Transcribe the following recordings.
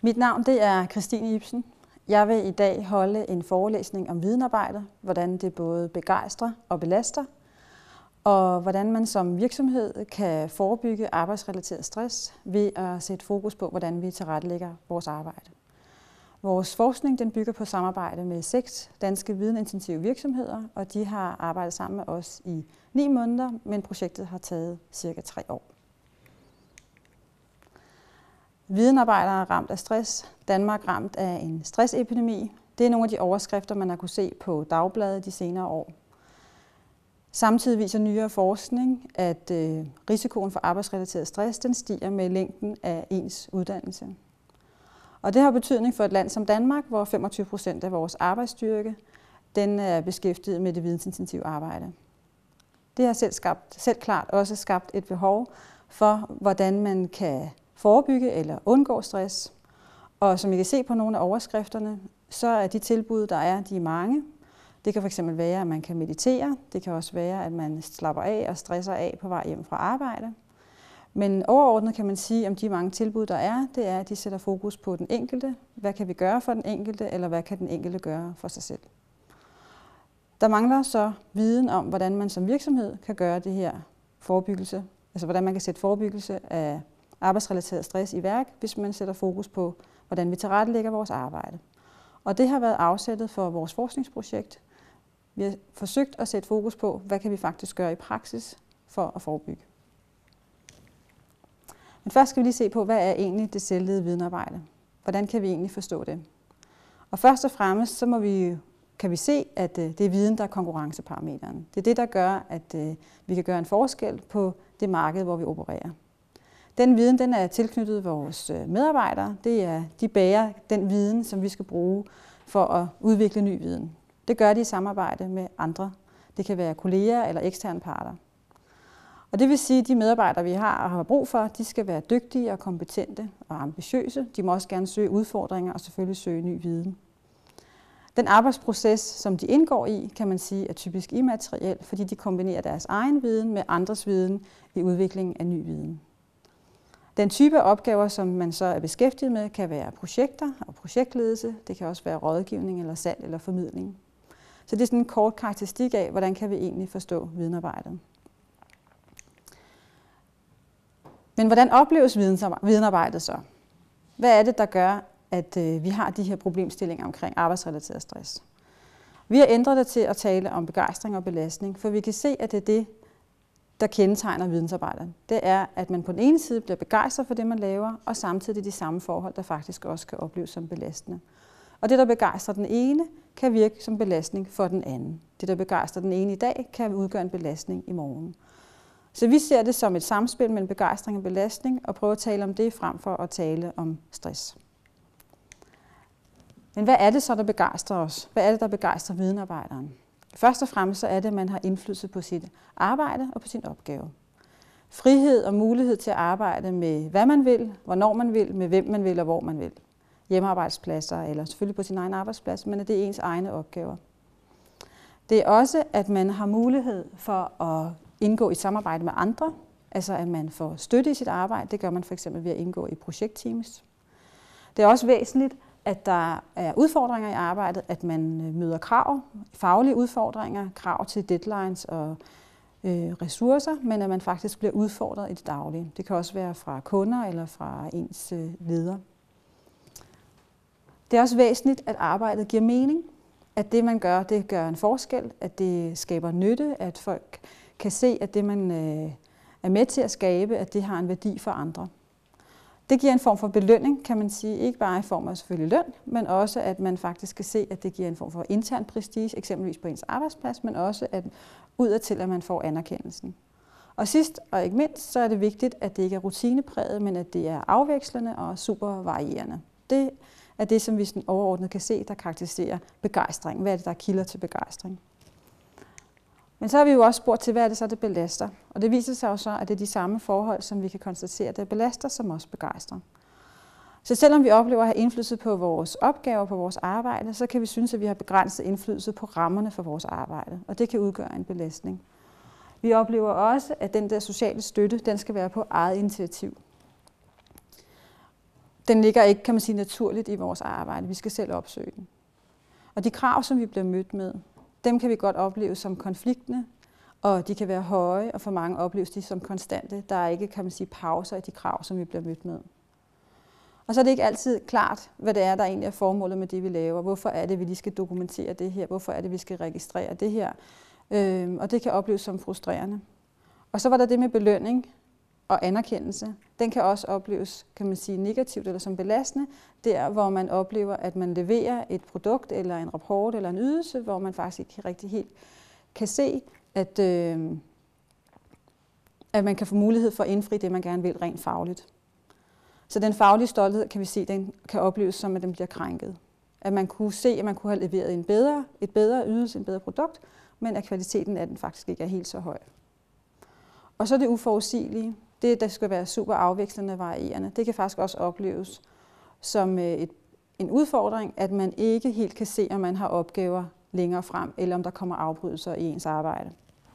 Mit navn det er Christine Ibsen. Jeg vil i dag holde en forelæsning om videnarbejde, hvordan det både begejstrer og belaster, og hvordan man som virksomhed kan forebygge arbejdsrelateret stress ved at sætte fokus på, hvordan vi tilrettelægger vores arbejde. Vores forskning den bygger på samarbejde med 6 danske vidensintensive virksomheder, og de har arbejdet sammen med os i 9 måneder, men projektet har taget cirka 3 år. Videnarbejdere er ramt af stress. Danmark ramt af en stressepidemi. Det er nogle af de overskrifter, man har kunne se på dagbladet de senere år. Samtidig viser nyere forskning, at risikoen for arbejdsrelateret stress den stiger med længden af ens uddannelse. Og det har betydning for et land som Danmark, hvor 25% af vores arbejdsstyrke den er beskæftiget med det vidensintensive arbejde. Det har selv klart også skabt et behov for, hvordan man kan forebygge eller undgå stress. Og som I kan se på nogle af overskrifterne, så er de tilbud, der er, de er mange. Det kan fx være, at man kan meditere. Det kan også være, at man slapper af og stresser af på vej hjem fra arbejde. Men overordnet kan man sige, om de mange tilbud, der er, det er, at de sætter fokus på den enkelte. Hvad kan vi gøre for den enkelte, eller hvad kan den enkelte gøre for sig selv? Der mangler så viden om, hvordan man som virksomhed kan gøre det her forebyggelse. Altså hvordan man kan sætte forebyggelse af arbejdsrelateret stress i værk, hvis man sætter fokus på, hvordan vi tilrettelægger vores arbejde. Og det har været afsættet for vores forskningsprojekt. Vi har forsøgt at sætte fokus på, hvad kan vi faktisk gøre i praksis for at forebygge. Men først skal vi lige se på, hvad er egentlig det selvledede videnarbejde? Hvordan kan vi egentlig forstå det? Og først og fremmest så kan vi se, at det er viden, der er konkurrenceparameteren. Det er det, der gør, at vi kan gøre en forskel på det marked, hvor vi opererer. Den viden den er tilknyttet vores medarbejdere. De bærer den viden, som vi skal bruge for at udvikle ny viden. Det gør de i samarbejde med andre. Det kan være kolleger eller eksterne parter. Og det vil sige, at de medarbejdere, vi har og har brug for, de skal være dygtige og kompetente og ambitiøse. De må også gerne søge udfordringer og selvfølgelig søge ny viden. Den arbejdsproces, som de indgår i, kan man sige, er typisk immateriel, fordi de kombinerer deres egen viden med andres viden i udviklingen af ny viden. Den type af opgaver, som man så er beskæftiget med, kan være projekter og projektledelse. Det kan også være rådgivning eller salg eller formidling. Så det er sådan en kort karakteristik af, hvordan kan vi egentlig forstå videnarbejdet. Men hvordan opleves videnarbejdet så? Hvad er det, der gør, at vi har de her problemstillinger omkring arbejdsrelateret stress? Vi har ændret det til at tale om begejstring og belastning, for vi kan se, at det er det, der kendetegner vidensarbejdet. Det er, at man på den ene side bliver begejstret for det, man laver, og samtidig de samme forhold, der faktisk også kan opleves som belastende. Og det, der begejstrer den ene, kan virke som belastning for den anden. Det, der begejstrer den ene i dag, kan udgøre en belastning i morgen. Så vi ser det som et samspil mellem begejstring og belastning, og prøver at tale om det frem for at tale om stress. Men hvad er det så, der begejstrer os? Hvad er det, der begejstrer videnarbejderen? Først og fremmest så er det, at man har indflydelse på sit arbejde og på sin opgave. Frihed og mulighed til at arbejde med, hvad man vil, hvornår man vil, med hvem man vil og hvor man vil. Hjemmearbejdspladser eller selvfølgelig på sin egen arbejdsplads, men det er ens egne opgaver. Det er også, at man har mulighed for at indgå i samarbejde med andre, altså at man får støtte i sit arbejde. Det gør man f.eks. ved at indgå i projektteams. Det er også væsentligt, at der er udfordringer i arbejdet, at man møder krav, faglige udfordringer, krav til deadlines og ressourcer, men at man faktisk bliver udfordret i det daglige. Det kan også være fra kunder eller fra ens leder. Det er også væsentligt, at arbejdet giver mening, at det man gør, det gør en forskel, at det skaber nytte, at folk kan se, at det man er med til at skabe, at det har en værdi for andre. Det giver en form for belønning, kan man sige, ikke bare i form af selvfølgelig løn, men også at man faktisk kan se, at det giver en form for intern prestige, eksempelvis på ens arbejdsplads, men også at udadtil, at man får anerkendelsen. Og sidst og ikke mindst, så er det vigtigt, at det ikke er rutinepræget, men at det er afvekslende og super varierende. Det er det, som vi sådan overordnet kan se, der karakteriserer begejstring. Hvad er det, der er kilder til begejstring? Men så har vi jo også spurgt til, hvad er det så, det belaster? Og det viser sig jo så, at det er de samme forhold, som vi kan konstatere, der belaster, som også begejstrer. Så selvom vi oplever at have indflydelse på vores opgaver, på vores arbejde, så kan vi synes, at vi har begrænset indflydelse på rammerne for vores arbejde, og det kan udgøre en belastning. Vi oplever også, at den der sociale støtte, den skal være på eget initiativ. Den ligger ikke, kan man sige, naturligt i vores arbejde. Vi skal selv opsøge den. Og de krav, som vi bliver mødt med, dem kan vi godt opleve som konfliktende, og de kan være høje, og for mange opleves de som konstante. Der er ikke, kan man sige, pauser i de krav, som vi bliver mødt med. Og så er det ikke altid klart, hvad det er, der egentlig er formålet med det, vi laver. Hvorfor er det, vi lige skal dokumentere det her? Hvorfor er det, vi skal registrere det her? Og det kan opleves som frustrerende. Og så var der det med belønning og anerkendelse. Den kan også opleves, kan man sige, negativt eller som belastende. Der, hvor man oplever, at man leverer et produkt eller en rapport eller en ydelse, hvor man faktisk ikke rigtig helt kan se, at man kan få mulighed for at indfri det, man gerne vil rent fagligt. Så den faglige stolthed, kan vi se, den kan opleves som, at den bliver krænket. At man kunne se, at man kunne have leveret et bedre ydelse, en bedre produkt, men at kvaliteten af den faktisk ikke er helt så høj. Og så det uforudsigelige. Det, der skal være super afvekslende og varierende, det kan faktisk også opleves som en udfordring, at man ikke helt kan se, om man har opgaver længere frem, eller om der kommer afbrydelser i ens arbejde.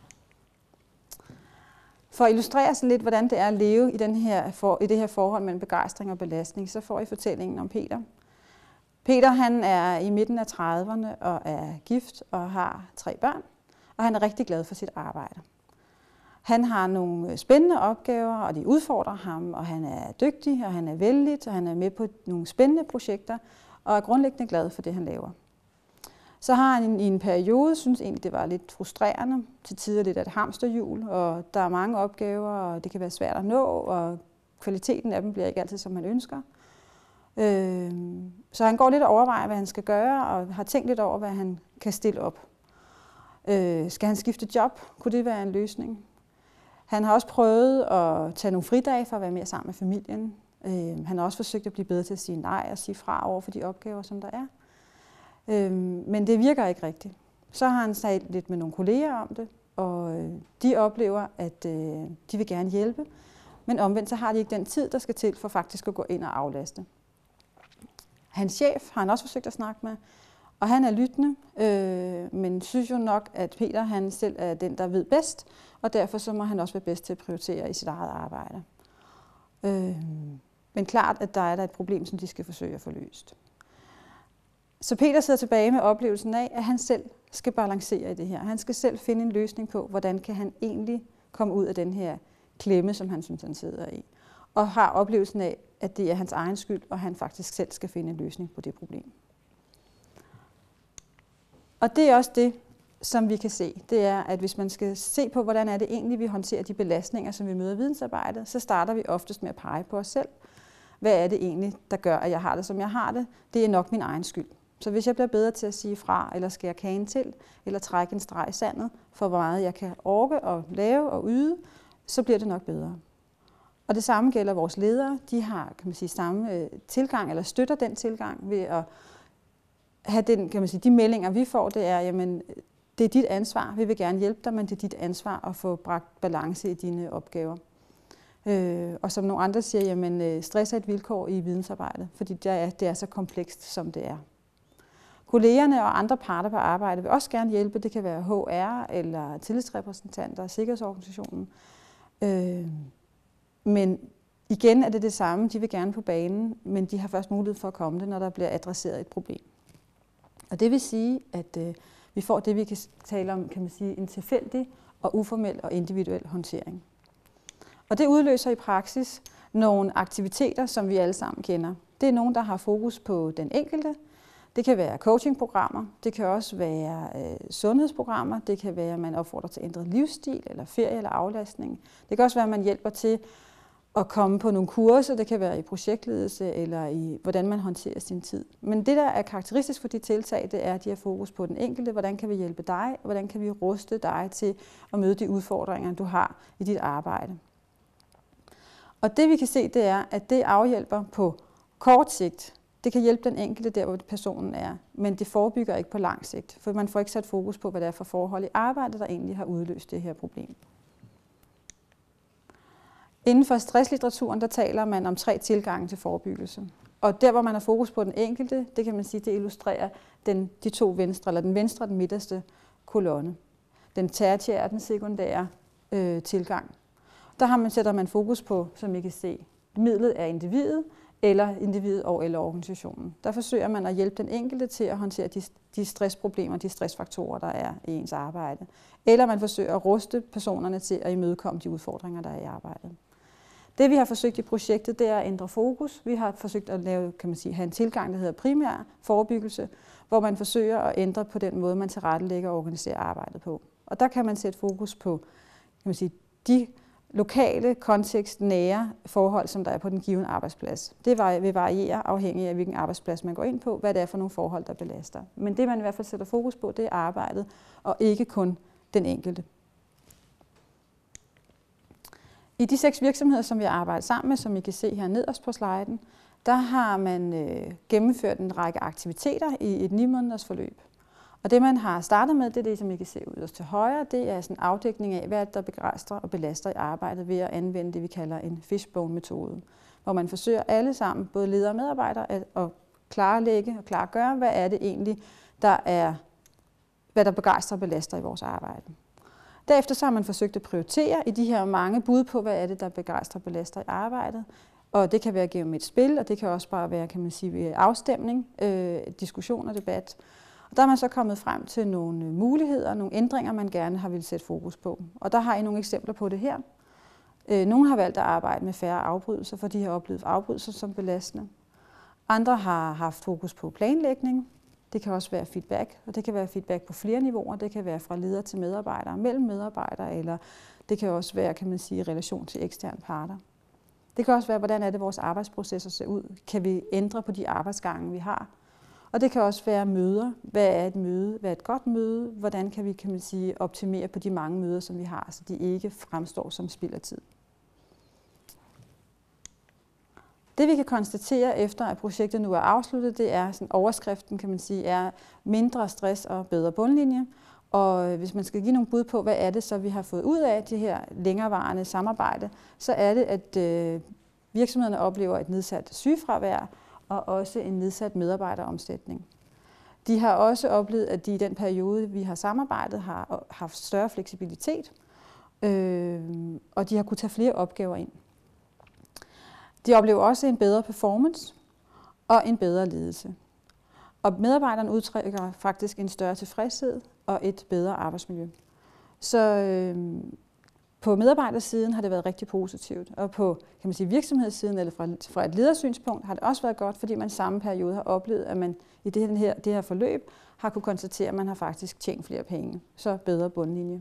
For at illustrere sådan lidt, hvordan det er at leve i det her forhold mellem begejstring og belastning, så får I fortællingen om Peter. Peter, han er i midten af 30'erne og er gift og har 3 børn, og han er rigtig glad for sit arbejde. Han har nogle spændende opgaver, og de udfordrer ham, og han er dygtig, og han er vældig, og han er med på nogle spændende projekter, og er grundlæggende glad for det, han laver. Så har han i en periode, synes egentlig, det var lidt frustrerende, til tider lidt af et hamsterhjul, og der er mange opgaver, og det kan være svært at nå, og kvaliteten af dem bliver ikke altid, som man ønsker. Så han går lidt og overvejer, hvad han skal gøre, og har tænkt lidt over, hvad han kan stille op. Skal han skifte job? Kunne det være en løsning? Han har også prøvet at tage nogle fridage for at være mere sammen med familien. Han har også forsøgt at blive bedre til at sige nej og sige fra over for de opgaver, som der er. Men det virker ikke rigtigt. Så har han talt lidt med nogle kolleger om det, og de oplever, at de vil gerne hjælpe, men omvendt så har de ikke den tid, der skal til for faktisk at gå ind og aflaste. Hans chef har han også forsøgt at snakke med, og han er lyttende, men synes jo nok, at Peter han selv er den, der ved bedst, og derfor så må han også være bedst til at prioritere i sit eget arbejde. Men klart, at der er et problem, som de skal forsøge at få løst. Så Peter sidder tilbage med oplevelsen af, at han selv skal balancere i det her. Han skal selv finde en løsning på, hvordan kan han egentlig komme ud af den her klemme, som han synes, han sidder i. Og har oplevelsen af, at det er hans egen skyld, og han faktisk selv skal finde en løsning på det problem. Og det er også det, som vi kan se. Det er, at hvis man skal se på, hvordan er det egentlig, vi håndterer de belastninger, som vi møder i vidensarbejdet, så starter vi oftest med at pege på os selv. Hvad er det egentlig, der gør, at jeg har det, som jeg har det? Det er nok min egen skyld. Så hvis jeg bliver bedre til at sige fra, eller skære kagen til, eller trække en streg i sandet, for hvor meget jeg kan orke og lave og yde, så bliver det nok bedre. Og det samme gælder vores ledere. De har, kan man sige, samme tilgang, eller støtter den tilgang ved at have den, kan man sige, de meldinger, vi får, det er, jamen, det er dit ansvar. Vi vil gerne hjælpe dig, men det er dit ansvar at få bragt balance i dine opgaver. Og som nogle andre siger, jamen, stress er et vilkår i vidensarbejdet, fordi det er så komplekst, som det er. Kollegerne og andre parter på arbejdet vil også gerne hjælpe. Det kan være HR eller tillidsrepræsentanter og sikkerhedsorganisationen. Men igen er det det samme. De vil gerne på banen, men de har først mulighed for at komme det, når der bliver adresseret et problem. Og det vil sige, at vi får det, vi kan tale om, kan man sige, en tilfældig og uformel og individuel håndtering. Og det udløser i praksis nogle aktiviteter, som vi alle sammen kender. Det er nogen, der har fokus på den enkelte. Det kan være coachingprogrammer, det kan også være sundhedsprogrammer, det kan være, at man opfordrer til ændret livsstil, eller ferie eller aflastning. Det kan også være, at man hjælper til at komme på nogle kurser, det kan være i projektledelse eller i, hvordan man håndterer sin tid. Men det, der er karakteristisk for de tiltag, det er, at de har fokus på den enkelte. Hvordan kan vi hjælpe dig, og hvordan kan vi ruste dig til at møde de udfordringer, du har i dit arbejde. Og det vi kan se, det er, at det afhjælper på kort sigt. Det kan hjælpe den enkelte der, hvor personen er, men det forebygger ikke på lang sigt, for man får ikke sat fokus på, hvad det er for forhold i arbejdet, der egentlig har udløst det her problem. Inden for stresslitteraturen, der taler man om 3 tilgange til forebyggelse. Og der, hvor man har fokus på den enkelte, det kan man sige, det illustrerer de 2 venstre, eller den venstre og den midterste kolonne. Den tertiære og den sekundære tilgang. Der sætter man fokus på, som I kan se, midlet er individet, eller individet og eller organisationen. Der forsøger man at hjælpe den enkelte til at håndtere de stressproblemer, de stressfaktorer, der er i ens arbejde. Eller man forsøger at ruste personerne til at imødekomme de udfordringer, der er i arbejdet. Det vi har forsøgt i projektet, det er at ændre fokus. Vi har forsøgt at lave, have en tilgang, der hedder primær forebyggelse, hvor man forsøger at ændre på den måde, man tilrettelægger og organiserer arbejdet på. Og der kan man sætte fokus på de lokale, kontekstnære forhold, som der er på den givne arbejdsplads. Det vil variere afhængig af, hvilken arbejdsplads man går ind på, hvad det er for nogle forhold, der belaster. Men det, man i hvert fald sætter fokus på, det er arbejdet, og ikke kun den enkelte. I de 6 virksomheder, som vi har arbejdet sammen med, som I kan se her nederst på sliden, der har man gennemført en række aktiviteter i et 9-måneders forløb. Og det, man har startet med, det er det, som I kan se yderst til højre, det er sådan en afdækning af, hvad der begræster og belaster i arbejdet ved at anvende det, vi kalder en fishbone-metode, hvor man forsøger alle sammen, både ledere og medarbejdere, at klarlægge og klargøre, hvad er det egentlig, hvad der begræster og belaster i vores arbejde. Derefter så har man forsøgt at prioritere i de her mange bud på, hvad er det, der begræster og belaster i arbejdet. Og det kan være gennem et spil, og det kan også bare være, afstemning, diskussion og debat. Og der er man så kommet frem til nogle muligheder, nogle ændringer, man gerne har ville sætte fokus på. Og der har I nogle eksempler på det her. Nogle har valgt at arbejde med færre afbrydelser, for de har oplevet afbrydelser som belastende. Andre har haft fokus på planlægning. Det kan også være feedback, og det kan være feedback på flere niveauer. Det kan være fra leder til medarbejdere, mellem medarbejdere, eller det kan også være, i relation til eksterne parter. Det kan også være, hvordan er det, vores arbejdsprocesser ser ud. Kan vi ændre på de arbejdsgange, vi har? Og det kan også være møder. Hvad er et møde? Hvad er et godt møde? Hvordan kan vi, optimere på de mange møder, som vi har, så de ikke fremstår som spild af tid? Det vi kan konstatere efter, at projektet nu er afsluttet, det er, sådan overskriften er mindre stress og bedre bundlinje. Og hvis man skal give nogle bud på, hvad er det så, vi har fået ud af det her længerevarende samarbejde, så er det, at virksomhederne oplever et nedsat sygefravær og også en nedsat medarbejderomsætning. De har også oplevet, at de i den periode, vi har samarbejdet, har haft større fleksibilitet, og de har kunnet tage flere opgaver ind. De oplever også en bedre performance og en bedre ledelse. Og medarbejderne udtrykker faktisk en større tilfredshed og et bedre arbejdsmiljø. Så på medarbejdersiden har det været rigtig positivt, og på virksomhedssiden eller fra et ledersynspunkt har det også været godt, fordi man i samme periode har oplevet, at man i det her forløb har kunne konstatere, at man har faktisk tjent flere penge. Så bedre bundlinje.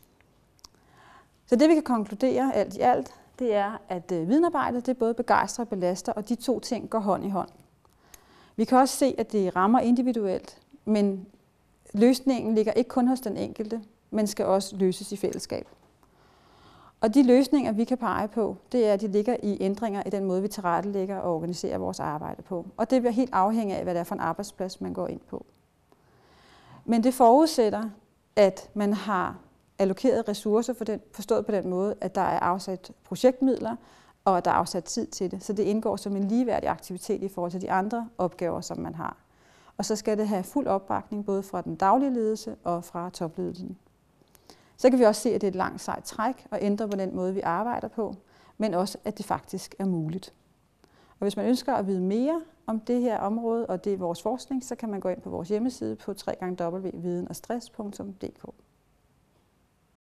Så det vi kan konkludere alt i alt, det er, at videnarbejdet det både begejstrer og belaster, og de 2 ting går hånd i hånd. Vi kan også se, at det rammer individuelt, men løsningen ligger ikke kun hos den enkelte, men skal også løses i fællesskab. Og de løsninger, vi kan pege på, det er, at de ligger i ændringer i den måde, vi tilrettelægger og organiserer vores arbejde på. Og det vil helt afhænge af, hvad det er for en arbejdsplads, man går ind på. Men det forudsætter, at man har allokeret ressourcer forstået på den måde, at der er afsat projektmidler, og at der er afsat tid til det. Så det indgår som en ligeværdig aktivitet i forhold til de andre opgaver, som man har. Og så skal det have fuld opbakning både fra den daglige ledelse og fra topledelsen. Så kan vi også se, at det er et langt sejt træk at ændre på den måde, vi arbejder på, men også, at det faktisk er muligt. Og hvis man ønsker at vide mere om det her område, og det er vores forskning, så kan man gå ind på vores hjemmeside på www.videnogstress.dk.